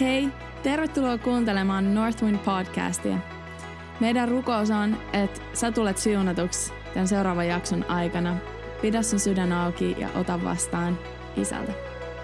Hei, tervetuloa kuuntelemaan Northwind podcastia. Meidän rukous on, että sä tulet siunatuksi tämän seuraavan jakson aikana. Pidä sun sydän auki ja ota vastaan Isältä.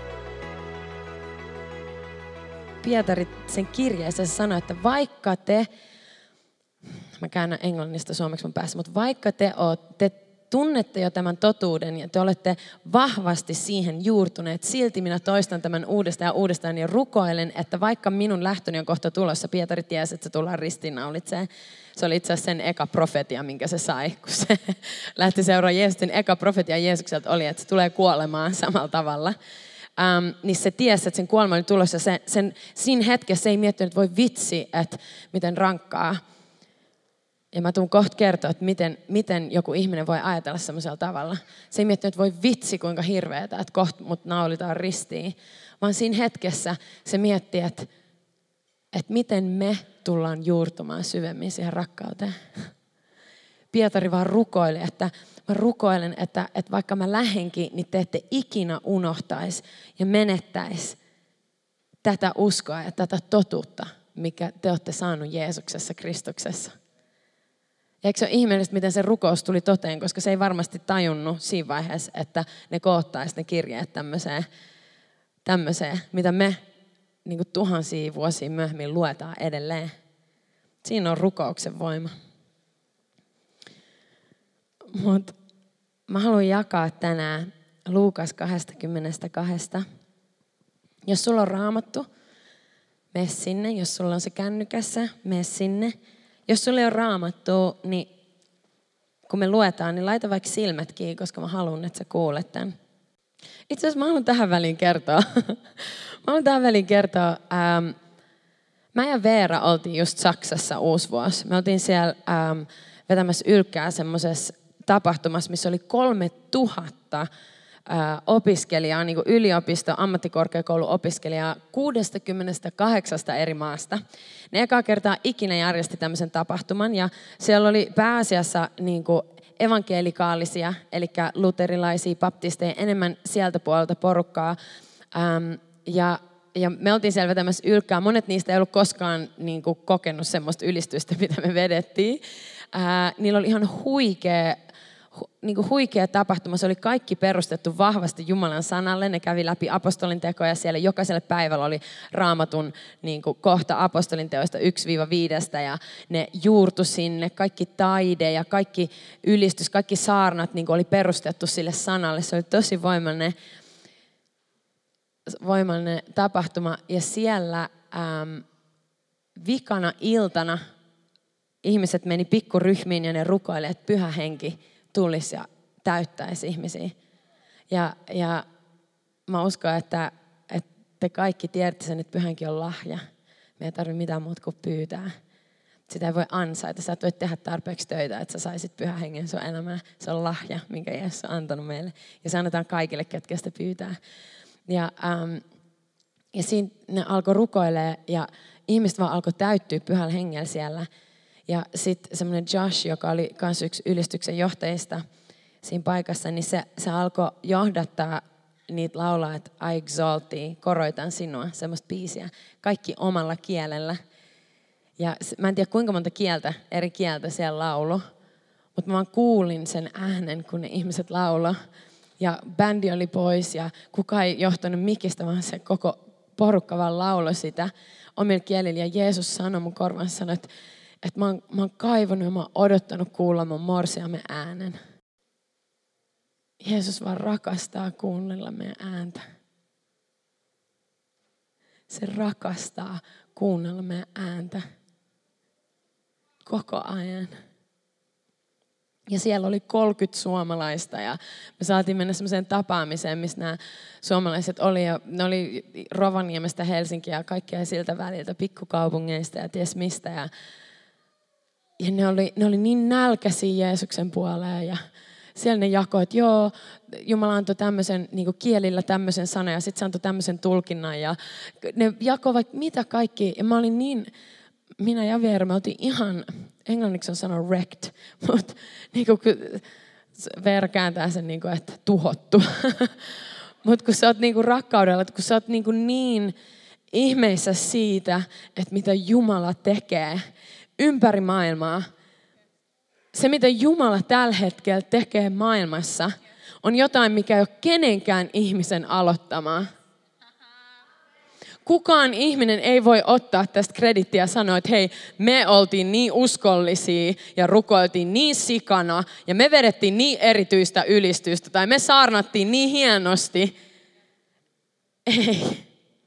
Pietari sen kirjeessä sanoi, että vaikka te, mä käännän englannista suomeksi mun päässä, mutta vaikka te tunnette jo tämän totuuden ja te olette vahvasti siihen juurtuneet, silti minä toistan tämän uudestaan ja uudestaan ja rukoilen, että vaikka minun lähtöni on kohta tulossa, Pietari tiesi, että se tullaan ristiinnaulitseen. Se oli itse asiassa sen eka profetia, minkä se sai, kun se lähti seuraamaan Jeesuksen. Eka profetia Jeesukselta oli, että se tulee kuolemaan samalla tavalla. Niin se tiesi, että sen kuolema oli tulossa. Siinä hetkessä se ei miettinyt, että voi vitsi, että miten rankkaa. Ja mä tuun kohta kertoa, että miten joku ihminen voi ajatella semmoisella tavalla. Se ei miettinyt, että voi vitsi, kuinka hirveätä, että kohta mut naulitaan ristiin. Vaan siinä hetkessä se mietti, että miten me tullaan juurtumaan syvemmin siihen rakkauteen. Pietari vaan rukoili, että mä rukoilen, että vaikka mä lähenkin, niin te ette ikinä unohtaisi ja menettäisi tätä uskoa ja tätä totuutta, mikä te olette saanut Jeesuksessa, Kristuksessa. Ja eikö se ole ihmeellistä, miten se rukous tuli toteen, koska se ei varmasti tajunnut siinä vaiheessa, että ne koottaisi ne kirjeet tämmöiseen, mitä me niin kuin tuhansia vuosia myöhemmin luetaan edelleen. Siinä on rukouksen voima. Mutta mä haluan jakaa tänään Luukas 22. Jos sulla on Raamattu, mene sinne. Jos sulla on se kännykässä, mene sinne. Jos sulla ei ole Raamattua, niin kun me luetaan, niin laita vaikka silmät kiinni, koska mä haluan, että sä kuulet tämän. Itse asiassa mä haluan tähän väliin kertoa. Mä ja Veera oltiin just Saksassa uusi vuosi. Me oltiin siellä vetämässä Ylkkää semmoisessa tapahtumassa, missä oli 3000 opiskelijaa, niin kuin yliopisto, ammattikorkeakouluopiskelijaa 68 eri maasta. Ne ekaa kertaa ikinä järjesti tämmöisen tapahtuman ja siellä oli pääasiassa niin kuin evankelikaalisia, eli luterilaisia, baptisteja, enemmän sieltä puolelta porukkaa. Ja me oltiin siellä vetämässä Ylkkää. Monet niistä ei ollut koskaan niin kuin kokenut semmoista ylistystä, mitä me vedettiin. Niillä oli ihan huikea tapahtuma. Se oli kaikki perustettu vahvasti Jumalan sanalle. Ne kävi läpi apostolin tekoja. Siellä jokaiselle päivällä oli Raamatun niin kuin kohta apostolin teoista 1-5. Ja ne juurtu sinne. Kaikki taide ja kaikki ylistys, kaikki saarnat niin kuin oli perustettu sille sanalle. Se oli tosi voimallinen tapahtuma. Ja siellä vikana iltana ihmiset meni pikkuryhmiin ja ne rukoili, että Pyhä Henki tulisi ja täyttäisi ihmisiä. Ja mä uskon, että te kaikki tiedätte sen, että Pyhä Henki on lahja. Me ei tarvitse mitään muuta kuin pyytää. Sitä ei voi ansaita. Sä et voi tehdä tarpeeksi töitä, että sä saisit Pyhän Hengen sun elämään. Se on lahja, minkä Jeesus on antanut meille. Ja se annetaan kaikille, ketkä sitä pyytää. Ja siinä ne alkoi rukoilemaan ja ihmiset vaan alkoi täyttyä Pyhällä Hengellä siellä. Ja sitten semmoinen Josh, joka oli myös yksi ylistyksen johtajista siinä paikassa, niin se alkoi johdattaa niitä laulaa, että I exalt thee, koroitan sinua, semmoista biisiä, kaikki omalla kielellä. Ja mä en tiedä kuinka monta eri kieltä siellä laulu, mutta mä vaan kuulin sen äänen, kun ne ihmiset lauloi. Ja bändi oli pois ja kukaan ei johtanut mikistä, vaan se koko porukka vaan lauloi sitä omilla kielillä. Ja Jeesus sanoi mun korvansa, että mä oon kaivannut ja mä oon odottanut kuulla mun morsiamme äänen. Jeesus vaan rakastaa kuunnella meidän ääntä. Se rakastaa kuunnella meidän ääntä. Koko ajan. Ja siellä oli 30 suomalaista ja me saatiin mennä semmoiseen tapaamiseen, missä nämä suomalaiset oli. Ja ne oli Rovaniemestä Helsinkiä ja kaikkea siltä väliltä, pikkukaupungeista ja ties mistä. Ja ne oli niin nälkäisiä Jeesuksen puoleen ja siellä ne jakoi, että joo, Jumala antoi tämmöisen niin kuin kielillä tämmöisen sanan ja sitten se antoi tämmöisen tulkinnan. Ja ne jakoi vaikka mitä kaikki. Ja mä olin minä ja Veera, me oltiin ihan, englanniksi on sana wrecked, mutta niin kuin Veera kääntää sen, niin kuin, että tuhottu. Mutta kun sä oot niin kuin rakkaudella, että kun sä oot niin ihmeissä siitä, että mitä Jumala tekee ympäri maailmaa. Se, mitä Jumala tällä hetkellä tekee maailmassa, on jotain, mikä ei ole kenenkään ihmisen aloittamaa. Kukaan ihminen ei voi ottaa tästä kredittiä ja sanoa, että hei, me oltiin niin uskollisia ja rukoiltiin niin sikana ja me vedettiin niin erityistä ylistystä tai me saarnattiin niin hienosti. Ei.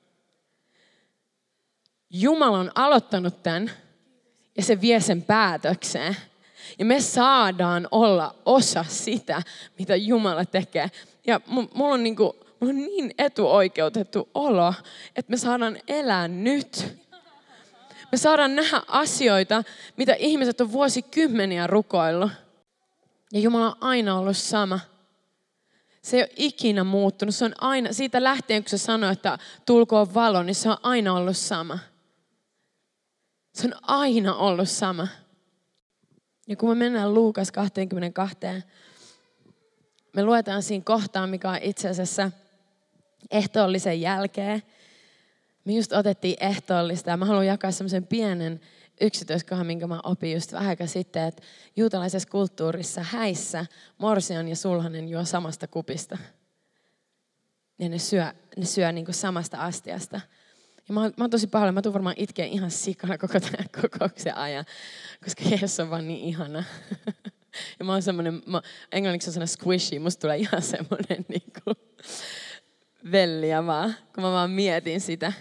Jumala on aloittanut tämän ja se vie sen päätökseen. Ja me saadaan olla osa sitä, mitä Jumala tekee. Ja mulla on niin etuoikeutettu olo, että me saadaan elää nyt. Me saadaan nähdä asioita, mitä ihmiset on vuosikymmeniä rukoillut. Ja Jumala on aina ollut sama. Se ei ole ikinä muuttunut. Se on aina, siitä lähtien, kun se sanoi, että tulkoon valo, niin se on aina ollut sama. Se on aina ollut sama. Ja kun me mennään Luukas 22, me luetaan siinä kohtaa, mikä on itse asiassa ehtoollisen jälkeen. Me just otettiin ehtoollista ja mä haluan jakaa semmoisen pienen yksityiskohdan, minkä mä opin just vähän aikaa sitten, että juutalaisessa kulttuurissa häissä morsian ja sulhanen juo samasta kupista. Ja ne syö niin kuin samasta astiasta. Ja mä oon tosi pahoillani, mä tuun varmaan itkeä ihan sikana koko tämän kokouksen ajan, koska Jeesus on vaan niin ihana. Ja mä oon semmoinen, englanniksi on semmoinen squishy, musta tulee ihan semmoinen niin velliä vaan, kun mä vaan mietin sitä.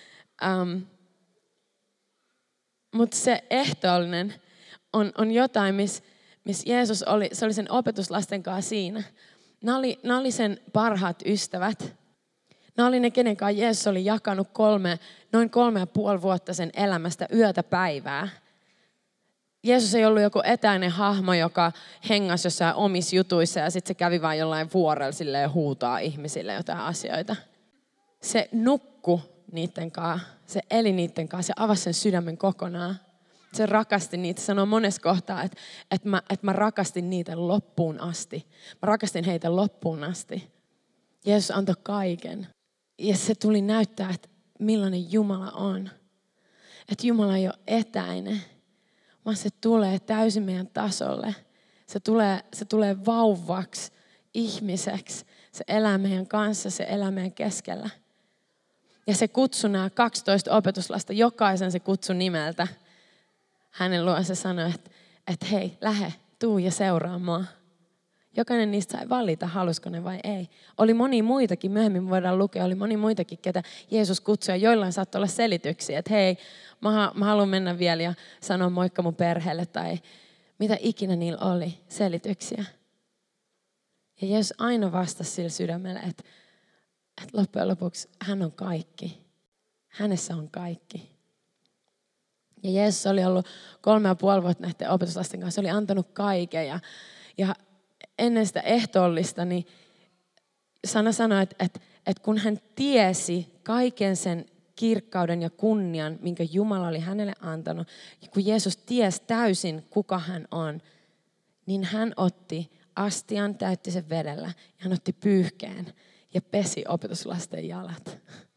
Mutta se ehtoollinen on jotain, missä Jeesus oli, se oli sen opetuslasten kanssa siinä. Nämä oli sen parhaat ystävät. Nämä oli ne, kenen kanssa Jeesus oli jakanut noin 3,5 vuotta sen elämästä yötä päivää. Jeesus ei ollut joku etäinen hahmo, joka hengasi jossain omissa jutuissa ja sitten se kävi vain jollain vuorella silleen huutaa ihmisille jotain asioita. Se nukkui niiden kanssa, se eli niiden kanssa, se avasi sen sydämen kokonaan. Se rakasti niitä, sanoi monessa kohtaa, että mä rakastin niitä loppuun asti. Mä rakastin heitä loppuun asti. Jeesus antoi kaiken. Ja se tuli näyttää, että millainen Jumala on. Että Jumala ei ole etäinen, vaan se tulee täysin meidän tasolle. Se tulee vauvaksi, ihmiseksi. Se elää meidän kanssa, se elää meidän keskellä. Ja se kutsui nämä 12 opetuslasta, jokaisen se kutsui nimeltä. Hänen luonsa sanoi, että hei, lähde, tuu ja seuraa mua. Jokainen niistä sai valita, halusko ne vai ei. Oli moni muitakin, myöhemmin voidaan lukea, oli moni muitakin, ketä Jeesus kutsui. Joillain saattoi olla selityksiä, että hei, mä haluan mennä vielä ja sanoa moikka mun perheelle. Tai mitä ikinä niillä oli, selityksiä. Ja Jeesus aina vastasi sillä sydämellä, että loppujen lopuksi hän on kaikki. Hänessä on kaikki. Ja Jeesus oli ollut 3,5 vuotta näiden opetuslasten kanssa. Se oli antanut kaiken ja ennen sitä ehtoollista, niin sana sanoi, että kun hän tiesi kaiken sen kirkkauden ja kunnian, minkä Jumala oli hänelle antanut, ja kun Jeesus tiesi täysin, kuka hän on, niin hän otti astian, täytti sen vedellä, ja hän otti pyyhkeen ja pesi opetuslasten jalat.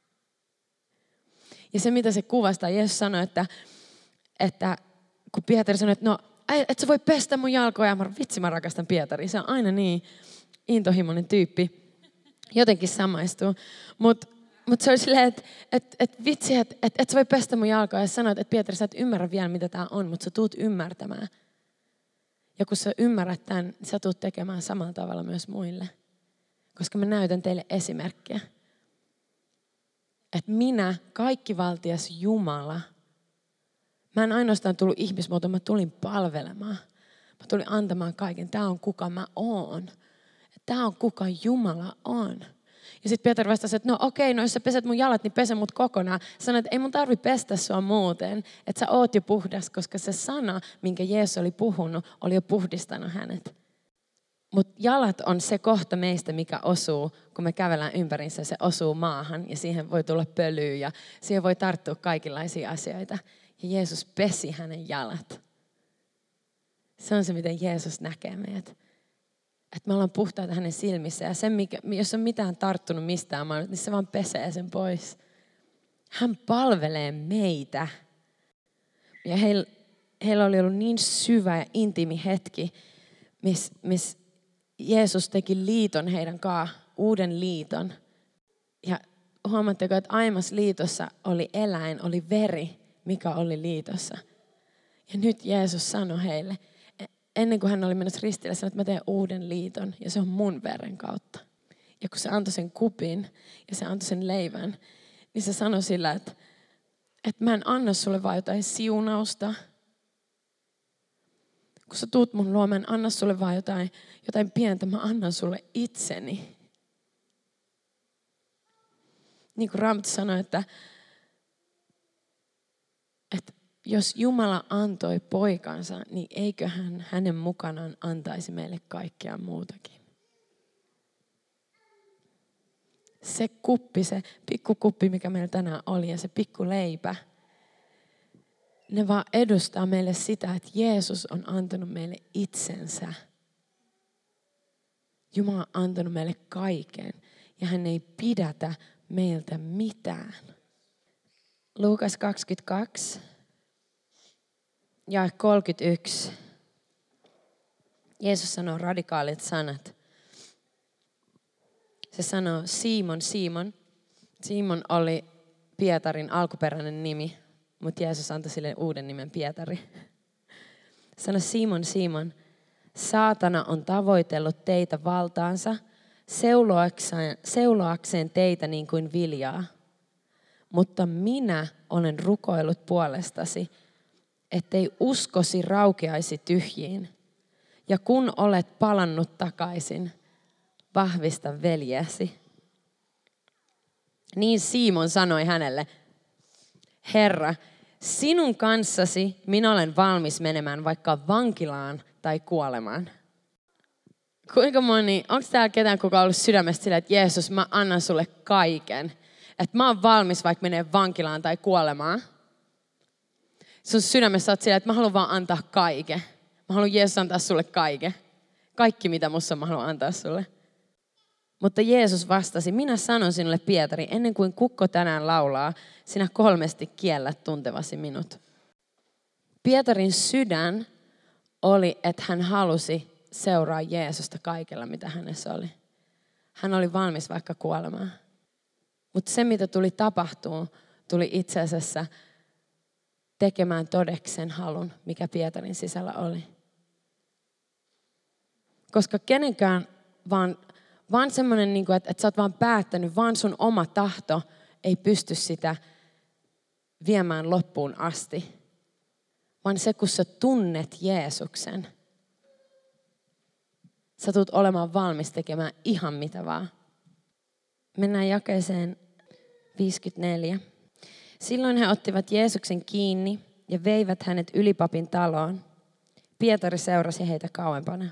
Ja se, mitä se kuvastaa, Jeesus sanoi, että kun Pietari sanoi, että no, et sä voi pestä mun jalkoja. Vitsi, mä rakastan Pietaria. Se on aina niin intohimoinen tyyppi. Jotenkin samaistuu. Mut se oli silleen, että vitsi, että et sä voi pestä mun jalkoja. Ja sanoit, että Pietari, sä et ymmärrä vielä, mitä tää on, mutta sä tuut ymmärtämään. Ja kun sä ymmärrät tämän, niin sä tuut tekemään samalla tavalla myös muille. Koska mä näytän teille esimerkkiä. Että minä, kaikkivaltias Jumala, mä en ainoastaan tullut ihmismuotoon, mä tulin palvelemaan. Mä tulin antamaan kaiken. Tämä on kuka mä oon. Tämä on kuka Jumala on. Ja sitten Pietari vastasi, että no okei, no jos sä peset mun jalat, niin pese mut kokonaan. Sanoin, että ei mun tarvi pestä sua muuten. Että sä oot jo puhdas, koska se sana, minkä Jeesus oli puhunut, oli jo puhdistanut hänet. Mutta jalat on se kohta meistä, mikä osuu, kun me kävellään ympärinsä, se osuu maahan. Ja siihen voi tulla pölyä ja siihen voi tarttua kaikenlaisia asioita. Ja Jeesus pesi hänen jalat. Se on se, miten Jeesus näkee meidät. Että me ollaan puhtaita hänen silmissä. Ja se, jos on mitään tarttunut mistään, niin se vaan pesee sen pois. Hän palvelee meitä. Ja heillä oli ollut niin syvä ja intiimi hetki, missä Jeesus teki liiton heidän kanssaan, uuden liiton. Ja huomaatteko, että aiemmassa liitossa oli eläin, oli veri, mikä oli liitossa. Ja nyt Jeesus sanoi heille, ennen kuin hän oli menossa ristille, sanoi, että mä teen uuden liiton ja se on mun veren kautta. Ja kun se antoi sen kupin ja se antoi sen leivän, niin se sanoi sillä, että mä en anna sulle vaan jotain siunausta. Kun sä tuut mun luo, mä en anna sulle vaan jotain pientä, mä annan sulle itseni. Niin kuin Raamattu sanoi, että jos Jumala antoi poikansa, niin eikö hän hänen mukanaan antaisi meille kaikkea muutakin. Se kuppi, se pikkukuppi, mikä meillä tänään oli ja se pikkuleipä, ne vaan edustaa meille sitä, että Jeesus on antanut meille itsensä. Jumala on antanut meille kaiken ja hän ei pidätä meiltä mitään. Luukas 22 ja 31. Jeesus sanoo radikaalit sanat. Se sanoo Simon, Simon. Simon oli Pietarin alkuperäinen nimi, mutta Jeesus antoi sille uuden nimen Pietari. Sano Simon, Simon. Saatana on tavoitellut teitä valtaansa, seuloakseen teitä niin kuin viljaa. Mutta minä olen rukoillut puolestasi, ettei uskosi raukeaisi tyhjiin. Ja kun olet palannut takaisin, vahvista veljesi. Niin Simon sanoi hänelle, Herra, sinun kanssasi minä olen valmis menemään vaikka vankilaan tai kuolemaan. Kuinka moni, onko täällä ketään, kuka on ollut sydämestä sillä, että Jeesus, mä annan sulle kaiken. Että mä oon valmis vaikka menee vankilaan tai kuolemaan. Sun sydämessä oot sillä, että mä haluan vaan antaa kaiken. Mä haluan Jeesus antaa sulle kaiken. Kaikki mitä musta mä haluan antaa sulle. Mutta Jeesus vastasi, minä sanon sinulle Pietari, ennen kuin kukko tänään laulaa, sinä 3 kiellät tuntevasi minut. Pietarin sydän oli, että hän halusi seuraa Jeesusta kaikella, mitä hänessä oli. Hän oli valmis vaikka kuolemaan. Mutta se, mitä tuli tapahtuu, tuli itse asiassa tekemään todeksen halun, mikä Pietarin sisällä oli. Koska kenenkään vaan semmoinen, että sä oot vaan päättänyt, vaan sun oma tahto ei pysty sitä viemään loppuun asti. Vaan se, kun sä tunnet Jeesuksen, sä tulet olemaan valmis tekemään ihan mitä vaan. Mennään jakeeseen 54. Silloin he ottivat Jeesuksen kiinni ja veivät hänet ylipapin taloon. Pietari seurasi heitä kauempana.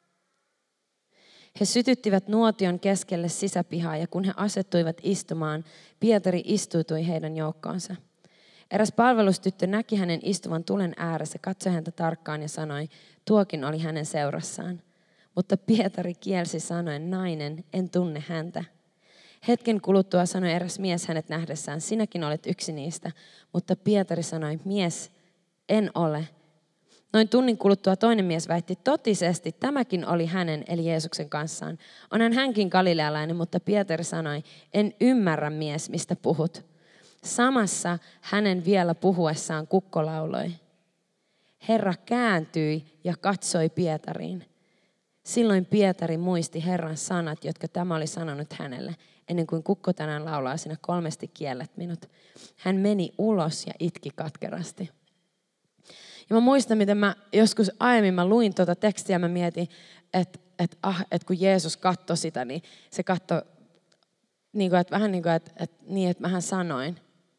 He sytyttivät nuotion keskelle sisäpihaa ja kun he asettuivat istumaan, Pietari istuutui heidän joukkoonsa. Eräs palvelustyttö näki hänen istuvan tulen ääressä, katsoi häntä tarkkaan ja sanoi, tuokin oli hänen seurassaan. Mutta Pietari kielsi sanoen, nainen, en tunne häntä. Hetken kuluttua sanoi eräs mies hänet nähdessään, sinäkin olet yksi niistä. Mutta Pietari sanoi, mies, en ole. Noin tunnin kuluttua toinen mies väitti, totisesti tämäkin oli hänen, eli Jeesuksen kanssaan. Onhan hänkin galilealainen, mutta Pietari sanoi, en ymmärrä mies, mistä puhut. Samassa hänen vielä puhuessaan kukko lauloi. Herra kääntyi ja katsoi Pietariin. Silloin Pietari muisti Herran sanat, jotka tämä oli sanonut hänelle, ennen kuin kukko tänään laulaa, sinä 3 kiellät minut. Hän meni ulos ja itki katkerasti. Ja mä muistan, miten mä joskus aiemmin mä luin tuota tekstiä ja mä mietin, että kun Jeesus katsoi sitä, niin se katsoi niin kuin, että vähän niin kuin, että mähän sanoin,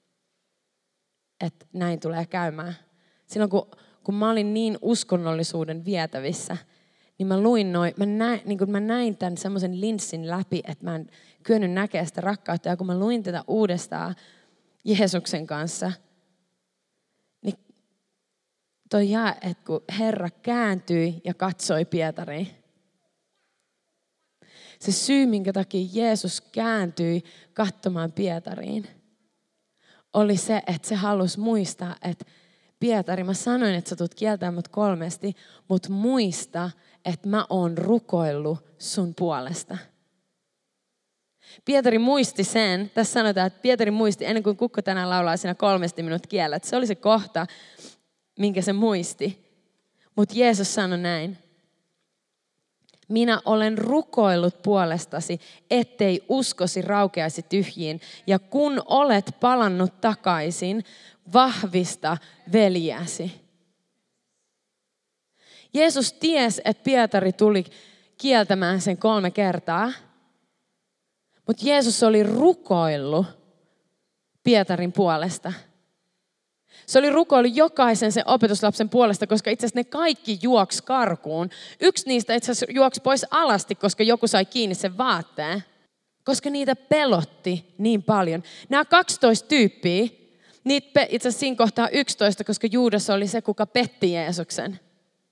että näin tulee käymään. Silloin kun mä olin niin uskonnollisuuden vietävissä, niin mä luin mä näin tämän semmoisen linssin läpi, että mä en kyennyt näkemään sitä rakkautta. Ja kun mä luin tätä uudestaan Jeesuksen kanssa, niin toi jää, että kun Herra kääntyi ja katsoi Pietariin. Se syy, minkä takia Jeesus kääntyi katsomaan Pietariin, oli se, että se halusi muistaa, että Pietari, mä sanoin, että sä tulet kieltämään mut 3, mutta muista, että mä oon rukoillut sun puolesta. Pietari muisti sen, tässä sanotaan, että Pietari muisti ennen kuin Kukko tänään laulaa siinä 3 minut kiellet. Se oli se kohta, minkä se muisti. Mutta Jeesus sanoi näin. Minä olen rukoillut puolestasi, ettei uskosi raukeaisi tyhjiin. Ja kun olet palannut takaisin, vahvista veljiäsi. Jeesus tiesi, että Pietari tuli kieltämään sen 3 kertaa. Mutta Jeesus oli rukoillut Pietarin puolesta. Se oli rukoillut jokaisen sen opetuslapsen puolesta, koska itse asiassa ne kaikki juoksi karkuun. Yksi niistä itse asiassa juoksi pois alasti, koska joku sai kiinni sen vaatteen. Koska niitä pelotti niin paljon. Nämä 12 tyyppiä, niitä itse asiassa siinä kohtaa 11, koska Juudas oli se, kuka petti Jeesuksen.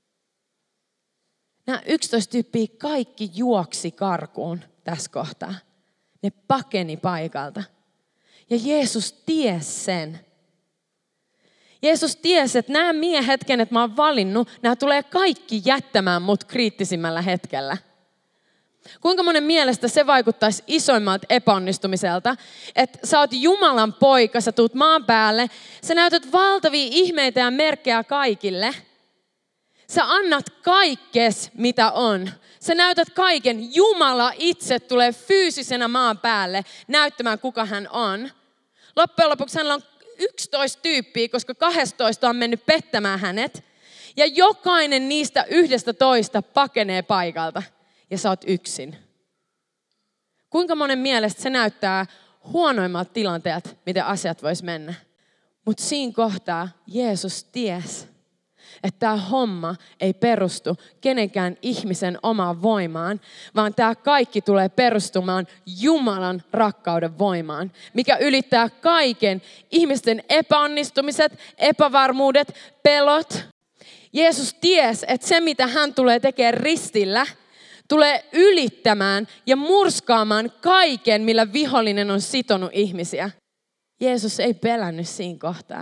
Nämä 11 tyyppiä kaikki juoksi karkuun tässä kohtaa. Ne pakeni paikalta. Ja Jeesus tiesi sen. Jeesus tiesi, että nämä miehet, kenet mä oon valinnut, nämä tulee kaikki jättämään mut kriittisimmällä hetkellä. Kuinka monen mielestä se vaikuttaisi isoimmalta epäonnistumiselta, että sä oot Jumalan poika, sä tuut maan päälle, sä näytät valtavia ihmeitä ja merkkejä kaikille. Sä annat kaikkes, mitä on. Sä näytät kaiken. Jumala itse tulee fyysisenä maan päälle näyttämään, kuka hän on. Loppujen lopuksi hänellä on 11 tyyppiä, koska 12 on mennyt pettämään hänet. Ja jokainen niistä 11 pakenee paikalta. Ja sä oot yksin. Kuinka monen mielestä se näyttää huonoimmalta tilanteelta, miten asiat vois mennä. Mutta siinä kohtaa Jeesus tiesi, että tämä homma ei perustu kenenkään ihmisen omaan voimaan, vaan tämä kaikki tulee perustumaan Jumalan rakkauden voimaan, mikä ylittää kaiken ihmisten epäonnistumiset, epävarmuudet, pelot. Jeesus tiesi, että se mitä hän tulee tekemään ristillä, tulee ylittämään ja murskaamaan kaiken, millä vihollinen on sitonut ihmisiä. Jeesus ei pelännyt siinä kohtaa.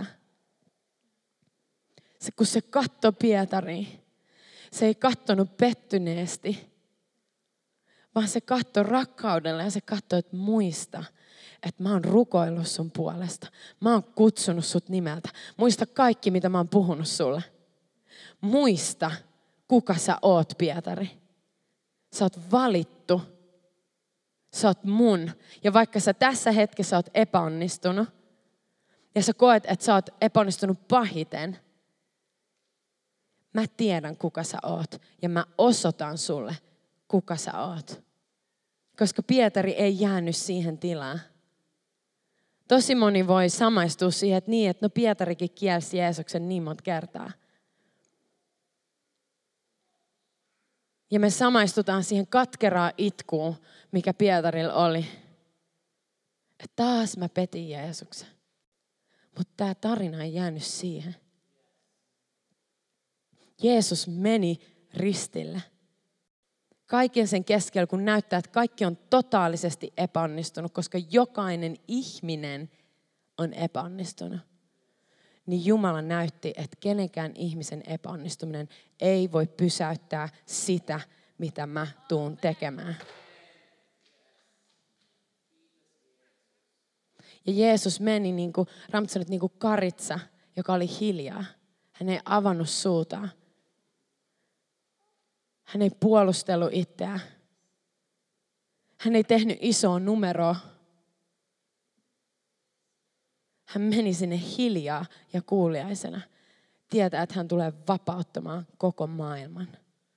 Kun se katsoi Pietariin, se ei katsonut pettyneesti, vaan se katsoi rakkaudella ja se katsoi, että muista, että mä oon rukoillut sun puolesta. Mä oon kutsunut sut nimeltä. Muista kaikki, mitä mä oon puhunut sulle. Muista, kuka sä oot, Pietari. Sä oot valittu. Sä oot mun. Ja vaikka sä tässä hetkessä oot epäonnistunut, ja sä koet, että sä oot epäonnistunut pahiten, mä tiedän, kuka sä oot. Ja mä osoitan sulle, kuka sä oot. Koska Pietari ei jäänyt siihen tilaan. Tosi moni voi samaistua siihen, että no Pietarikin kielsi Jeesuksen niin monta kertaa. Ja me samaistutaan siihen katkeraan itkuun, mikä Pietarilla oli. Että taas mä petin Jeesuksen. Mutta tämä tarina ei jäänyt siihen. Jeesus meni ristille. Kaiken sen keskellä, kun näyttää, että kaikki on totaalisesti epäonnistunut, koska jokainen ihminen on epäonnistunut. Niin Jumala näytti, että kenenkään ihmisen epäonnistuminen ei voi pysäyttää sitä, mitä mä tuun tekemään. Ja Jeesus meni niin kuin karitsa, joka oli hiljaa. Hän ei avannut suutaan. Hän ei puolustellut itseään. Hän ei tehnyt isoa numeroa. Hän meni sinne hiljaa ja kuuliaisena. Tietää, että hän tulee vapauttamaan koko maailman.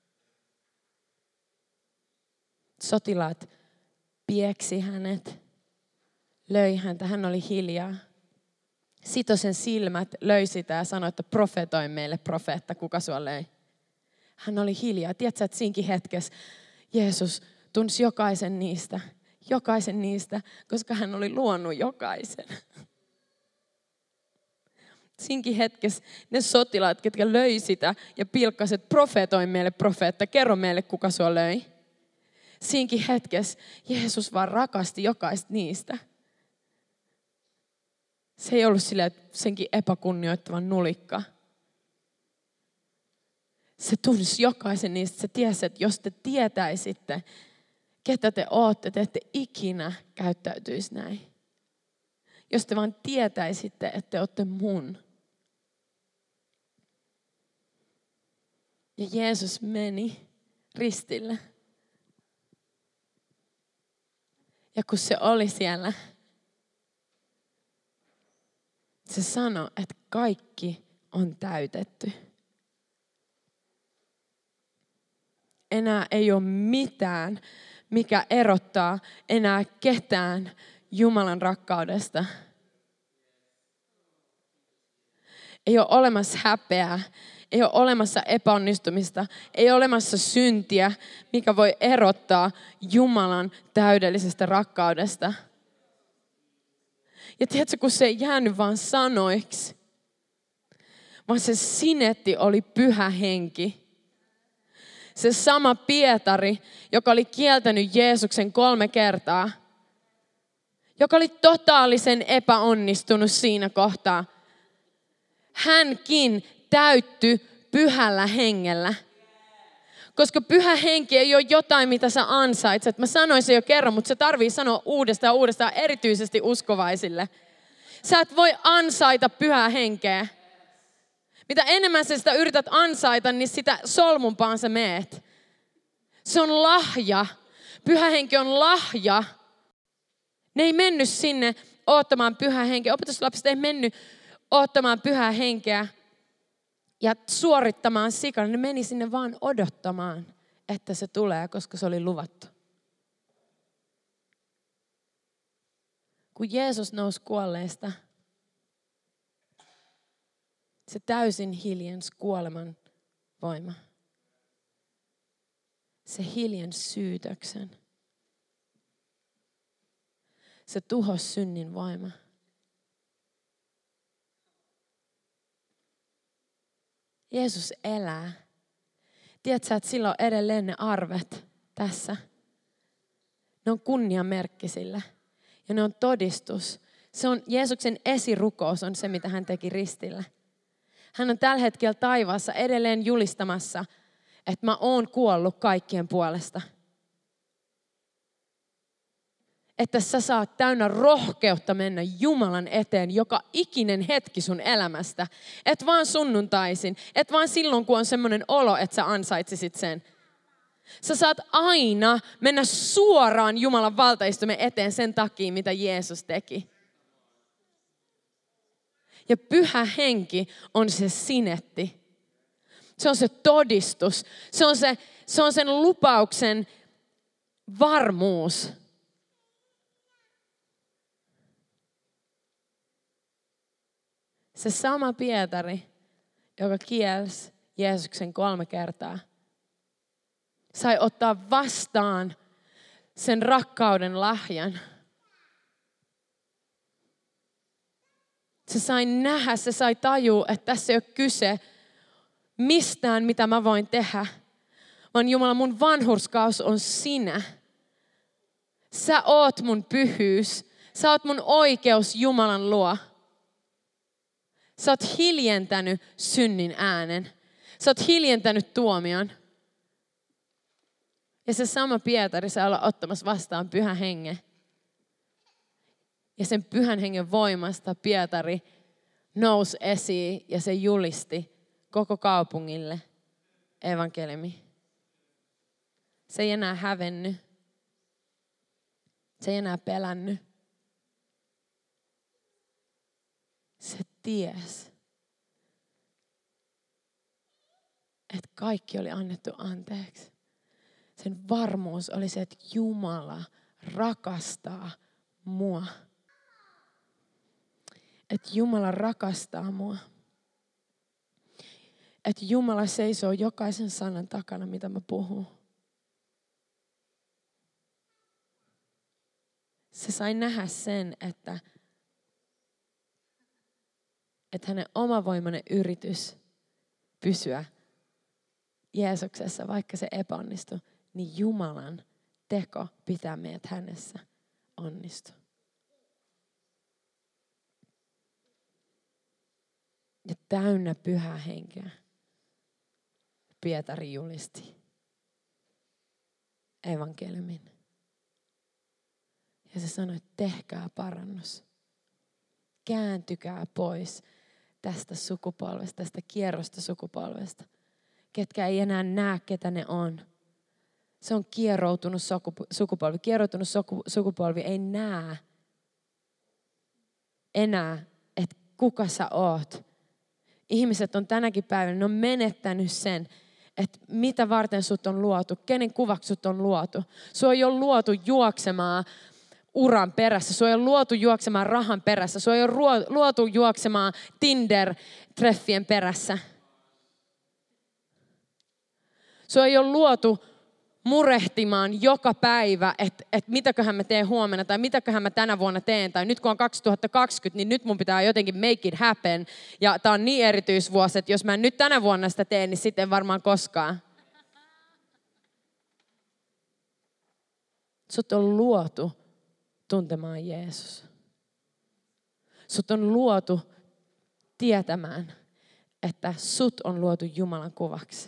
Sotilaat pieksi hänet, löi häntä, hän oli hiljaa. Sitoi sen silmät, löi sitä ja sanoi, että profetoi meille profeetta, kuka sua löi. Hän oli hiljaa. Tiedätkö, että siinkin hetkessä Jeesus tunsi jokaisen niistä, koska hän oli luonut jokaisen. Siinkin hetkessä ne sotilaat, ketkä löi sitä ja pilkkasivat, profetoi meille profeetta, kerro meille, kuka sua löi. Siinkin hetkessä Jeesus vaan rakasti jokaista niistä. Se ei ollut silleen, että senkin epäkunnioittavan nulikka. Se tunsi jokaisen niistä. Se tiesi, että jos te tietäisitte, ketä te ootte, te ette ikinä käyttäytyisi näin. Jos te vaan tietäisitte, että te olette mun. Ja Jeesus meni ristille. Ja kun se oli siellä, se sanoi, että kaikki on täytetty. Enää ei ole mitään, mikä erottaa enää ketään Jumalan rakkaudesta. Ei ole olemassa häpeää, ei ole olemassa epäonnistumista, ei ole olemassa syntiä, mikä voi erottaa Jumalan täydellisestä rakkaudesta. Ja tiedätkö, kun se ei jäänyt vaan sanoiksi, vaan se sinetti oli Pyhä Henki. Se sama Pietari, joka oli kieltänyt Jeesuksen 3 kertaa, joka oli totaalisen epäonnistunut siinä kohtaa. Hänkin täyttyi Pyhällä Hengellä. Koska Pyhä Henki ei ole jotain, mitä sä ansaitset. Mä sanoin se jo kerran, mutta se tarvii sanoa uudestaan ja uudestaan, erityisesti uskovaisille. Sä et voi ansaita Pyhää Henkeä. Mitä enemmän sä sitä yrität ansaita, niin sitä solmumpaan sä meet. Se on lahja. Pyhä Henki on lahja. Ne ei mennyt sinne odottamaan Pyhää Henkeä. Opetuslapset ei mennyt odottamaan Pyhää Henkeä ja suorittamaan sikana. Ne meni sinne vaan odottamaan, että se tulee, koska se oli luvattu. Kun Jeesus nousi kuolleista, se täysin hiljensi kuoleman voima. Se hiljensi syytöksen. Se tuhosi synnin voima. Jeesus elää. Tiedätkö, että sillä on edelleen ne arvet tässä? Ne on kunniamerkki sille. Ja ne on todistus. Se on Jeesuksen esirukous on se, mitä hän teki ristillä. Hän on tällä hetkellä taivaassa edelleen julistamassa, että mä oon kuollut kaikkien puolesta. Että sä saat täynnä rohkeutta mennä Jumalan eteen joka ikinen hetki sun elämästä. Et vaan sunnuntaisin, et vaan silloin, kun on semmoinen olo, että sä ansaitsisit sen. Sä saat aina mennä suoraan Jumalan valtaistuimen eteen sen takia, mitä Jeesus teki. Ja Pyhä Henki on se sinetti. Se on se todistus. Se on sen lupauksen varmuus. Se sama Pietari, joka kielsi Jeesuksen 3 kertaa, sai ottaa vastaan sen rakkauden lahjan. Se sai nähdä, se sai tajua, että tässä ei ole kyse mistään, mitä mä voin tehdä, vaan Jumala, mun vanhurskaus on sinä. Sä oot mun pyhyys, sä oot mun oikeus Jumalan luo. Sä oot hiljentänyt synnin äänen. Sä oot hiljentänyt tuomion. Ja se sama Pietari saa olla ottamassa vastaan Pyhän Hengen. Ja sen Pyhän Hengen voimasta Pietari nousi esiin ja se julisti koko kaupungille evankeliumi. Se ei enää hävennyt. Se ei enää pelännyt. Se ties, että kaikki oli annettu anteeksi. Sen varmuus oli se, että Jumala rakastaa mua. Että Jumala rakastaa mua. Että Jumala seisoo jokaisen sanan takana, mitä mä puhun. Se sai nähdä sen, että hänen omavoimainen yritys pysyä Jeesuksessa, vaikka se epäonnistui, niin Jumalan teko pitää meidät hänessä onnistu. täynnä pyhää henkeä. Pietari julisti evankeliumin. Ja se sanoi, että tehkää parannus. Kääntykää pois tästä sukupolvesta, tästä kierrosta sukupolvesta. Ketkä ei enää näe, ketä ne on. Se on kieroutunut sukupolvi. Kieroutunut sukupolvi ei näe enää, että kuka sä oot. Ihmiset on tänäkin päivänä, ne on menettänyt sen, että mitä varten sut on luotu, kenen kuvaksi sut on luotu. Sua ei ole luotu juoksemaan uran perässä, sua ei ole luotu juoksemaan rahan perässä, sua ei ole luotu juoksemaan Tinder-treffien perässä. Sua ei ole luotu murehtimaan joka päivä, että mitäköhän mä teen huomenna tai mitäköhän mä tänä vuonna teen. Tai nyt kun on 2020, niin nyt mun pitää jotenkin make it happen. Ja tää on niin erityisvuosi, että jos mä en nyt tänä vuonna sitä teen, niin sitten en varmaan koskaan. Sut on luotu tuntemaan Jeesus. Sut on luotu tietämään, että sut on luotu Jumalan kuvaksi.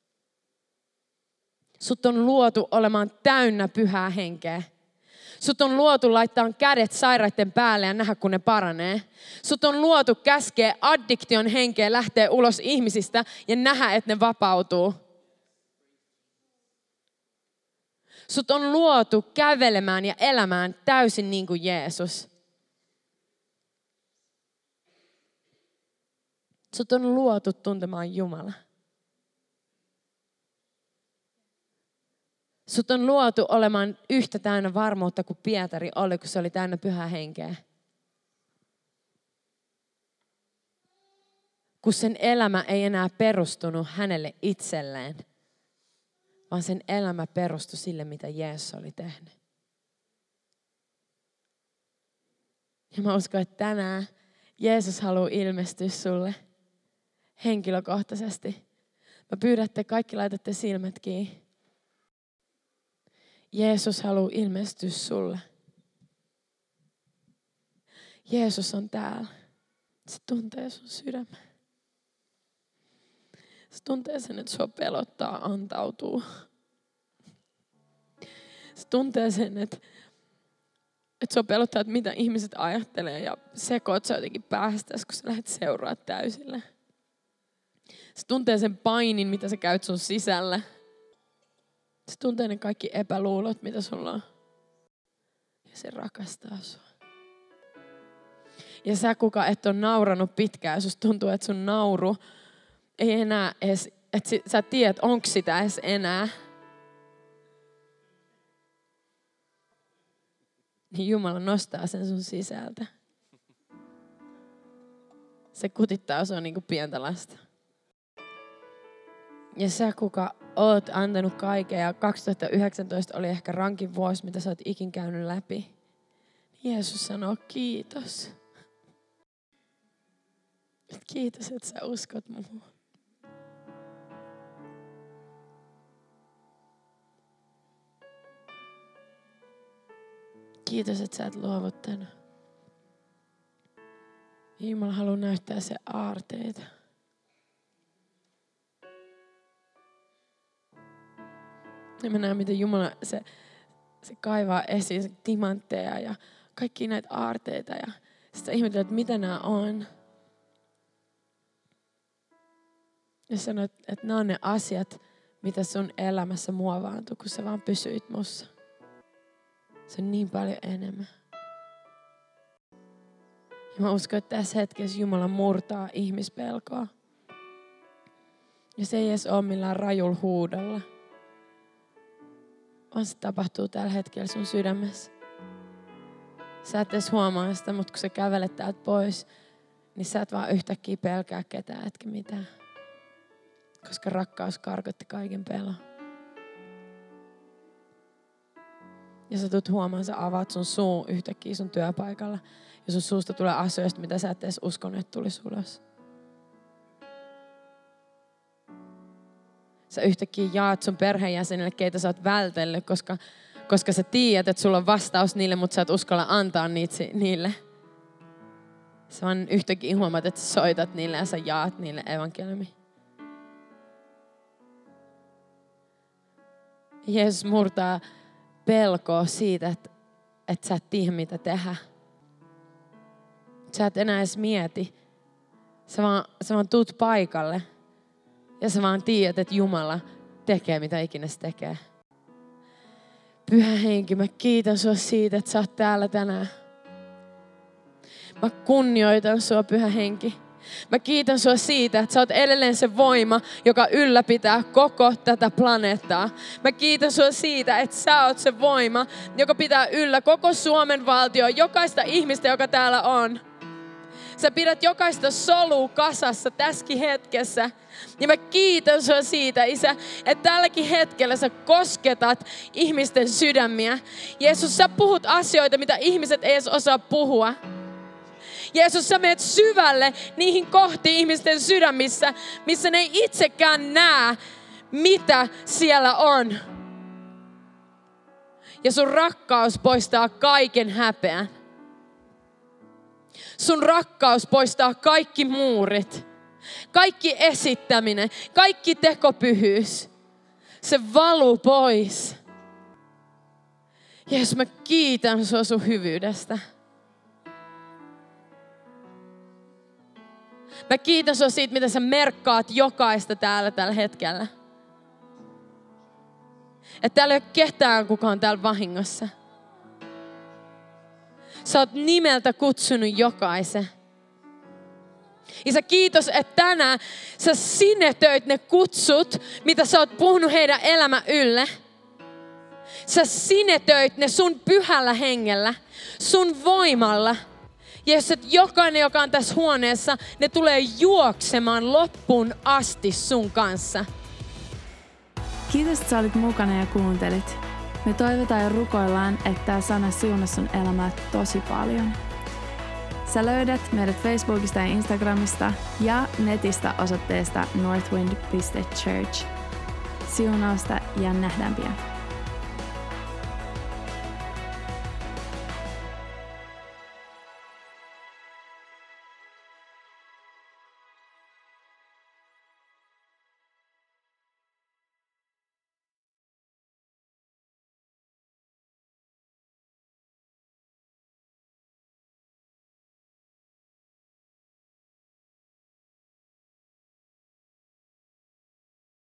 Sut on luotu olemaan täynnä pyhää henkeä. Sut on luotu laittaa kädet sairaiden päälle ja nähdä, kun ne paranee. Sut on luotu käskeä addiktion henkeä lähteä ulos ihmisistä ja nähdä, että ne vapautuu. Sut on luotu kävelemään ja elämään täysin niin kuin Jeesus. Sut on luotu tuntemaan Jumala. Sut on luotu olemaan yhtä täynnä varmuutta kuin Pietari oli, kun se oli täynnä pyhää henkeä. Kun sen elämä ei enää perustunut hänelle itselleen, vaan sen elämä perustui sille, mitä Jeesus oli tehnyt. Ja mä uskon, että tänään Jeesus haluaa ilmestyä sulle henkilökohtaisesti. Mä pyydän, että kaikki laitatte silmät kiinni. Jeesus haluaa ilmestyä sulle. Jeesus on täällä. Se tuntee sun sydämen. Se tuntee sen, että sua pelottaa antautuu. Se tuntee sen, että sua pelottaa, että mitä ihmiset ajattelee ja sekoot sä jotenkin päästäisi, kun sä lähdet seuraa täysille. Se tuntee sen painin, mitä sä käyt sun sisällä. Se tuntee ne kaikki epäluulot, mitä sulla on. Ja se rakastaa sua. Ja sä, kuka et ole nauranut pitkään, susta tuntuu, että sun nauru ei enää edes, että sä tiedät, onko sitä edes enää. Niin Jumala nostaa sen sun sisältä. Se kutittaa sua niin kuin pientä lasta. Ja sä, kuka oot antanut kaiken, ja 2019 oli ehkä rankin vuosi, mitä sä oot ikin käynyt läpi. Jeesus sanoo kiitos. Kiitos, että sä uskot muuhun. Kiitos, että sä et luovuttanut. Jumala haluaa näyttää se aarteita. Ja mä näen, miten Jumala se kaivaa esiin se timantteja ja kaikkia näitä aarteita. Ja sitten ihmettelet, että mitä nämä on. Ja sanoit, että nämä on ne asiat, mitä sun elämässä muovaantuu, kun sä vaan pysyit mussa. Se on niin paljon enemmän. Ja mä uskon, että tässä hetkessä Jumala murtaa ihmispelkoa. Ja se ei edes ole millään rajulla huudolla. Vaan se tapahtuu tällä hetkellä sun sydämessä. Sä et edes huomaa sitä, mutta kun sä kävelet täältä pois, niin sä et vaan yhtäkkiä pelkää ketään, etkä mitään. Koska rakkaus karkotti kaiken pelon. Ja sä tulet huomaan, sä avaat sun suun yhtäkkiä sun työpaikalla. Ja sun suusta tulee asioista, mitä sä et edes uskonut, että tulisi ulos. Sä yhtäkkiä jaat sun perheenjäsenille, keitä sä oot vältellyt, koska sä tiedät, että sulla on vastaus niille, mutta sä et uskalla antaa niitä niille. Sä vaan yhtäkkiä huomaat, että sä soitat niille ja sä jaat niille evankeliumi. Jeesus murtaa pelkoa siitä, että sä et tiedä mitä tehdä. Sä et enää edes mieti. Sä vaan tuut paikalle ja sä vaan tiedät, että Jumala tekee mitä ikinä se tekee. Pyhä Henki, mä kiitän sua siitä, että sä oot täällä tänään. Mä kunnioitan sua, Pyhä Henki. Mä kiitän sua siitä, että sä oot edelleen se voima, joka ylläpitää koko tätä planeettaa. Mä kiitän sua siitä, että sä oot se voima, joka pitää yllä koko Suomen valtio, jokaista ihmistä, joka täällä on. Sä pidät jokaista solua kasassa tässäkin hetkessä. Ja mä kiitän sua siitä, Isä, että tälläkin hetkellä sä kosketat ihmisten sydämiä. Jeesus, sä puhut asioita, mitä ihmiset ei edes osaa puhua. Jeesus, sä menet syvälle niihin kohtiin ihmisten sydämissä, missä ne ei itsekään näe, mitä siellä on. Ja sun rakkaus poistaa kaiken häpeän. Sun rakkaus poistaa kaikki muurit, kaikki esittäminen, kaikki tekopyhyys. Se valuu pois. Jeesus, mä kiitän sua sun hyvyydestä. Mä kiitän sua siitä, mitä sä merkkaat jokaista täällä tällä hetkellä. Että täällä ei ole ketään, kuka on täällä vahingossa. Sä oot nimeltä kutsunut jokaisen. Isä, kiitos, että tänään sä sinetöit ne kutsut, mitä sä oot puhunut heidän elämän ylle. Sä sinetöit ne sun pyhällä hengellä, sun voimalla. Jeesus, että jokainen, joka on tässä huoneessa, ne tulee juoksemaan loppuun asti sun kanssa. Kiitos, että sä olit mukana ja kuuntelit. Me toivotaan ja rukoillaan, että tämä sana siunasi sun elämää tosi paljon. Sä löydät meidät Facebookista ja Instagramista ja netistä osoitteesta northwind.church. Siunausta ja nähdään pian.